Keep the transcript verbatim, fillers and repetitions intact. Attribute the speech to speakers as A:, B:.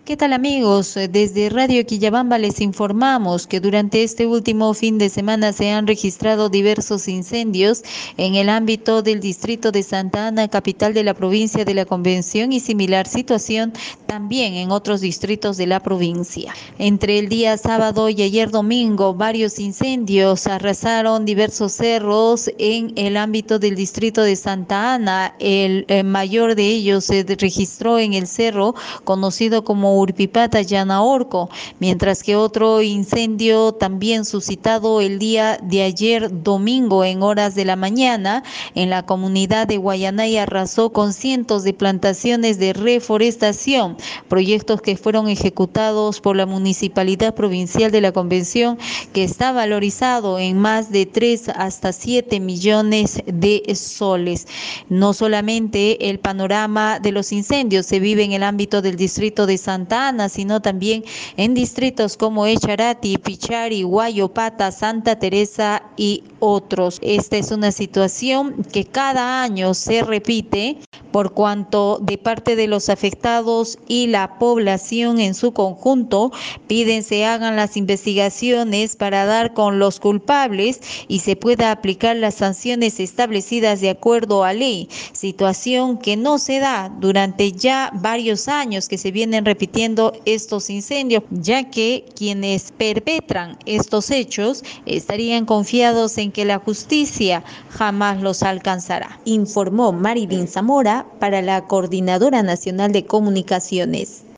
A: ¿Qué tal amigos? Desde Radio Quillabamba les informamos que durante este último fin de semana se han registrado diversos incendios en el ámbito del distrito de Santa Ana, capital de la provincia de la Convención, y similar situación también en otros distritos de la provincia. Entre el día sábado y ayer domingo, varios incendios arrasaron diversos cerros en el ámbito del distrito de Santa Ana. El, el mayor de ellos se registró en el cerro conocido como Urpipata Yanaorco, mientras que otro incendio también suscitado el día de ayer domingo en horas de la mañana en la comunidad de Guayanay arrasó con cientos de plantaciones de reforestación, proyectos que fueron ejecutados por la Municipalidad Provincial de la Convención, que está valorizado en más de tres hasta siete millones de soles. No solamente el panorama de los incendios se vive en el ámbito del distrito de Santa Ana, sino también en distritos como Echarati, Pichari, Guayopata, Santa Teresa y otros. Esta es una situación que cada año se repite, por cuanto de parte de los afectados y la población en su conjunto piden se hagan las investigaciones para dar con los culpables y se pueda aplicar las sanciones establecidas de acuerdo a ley, situación que no se da durante ya varios años que se vienen repitiendo estos incendios, ya que quienes perpetran estos hechos estarían confiados en que la justicia jamás los alcanzará, informó Marilyn Zamora para la Coordinadora Nacional de Comunicaciones.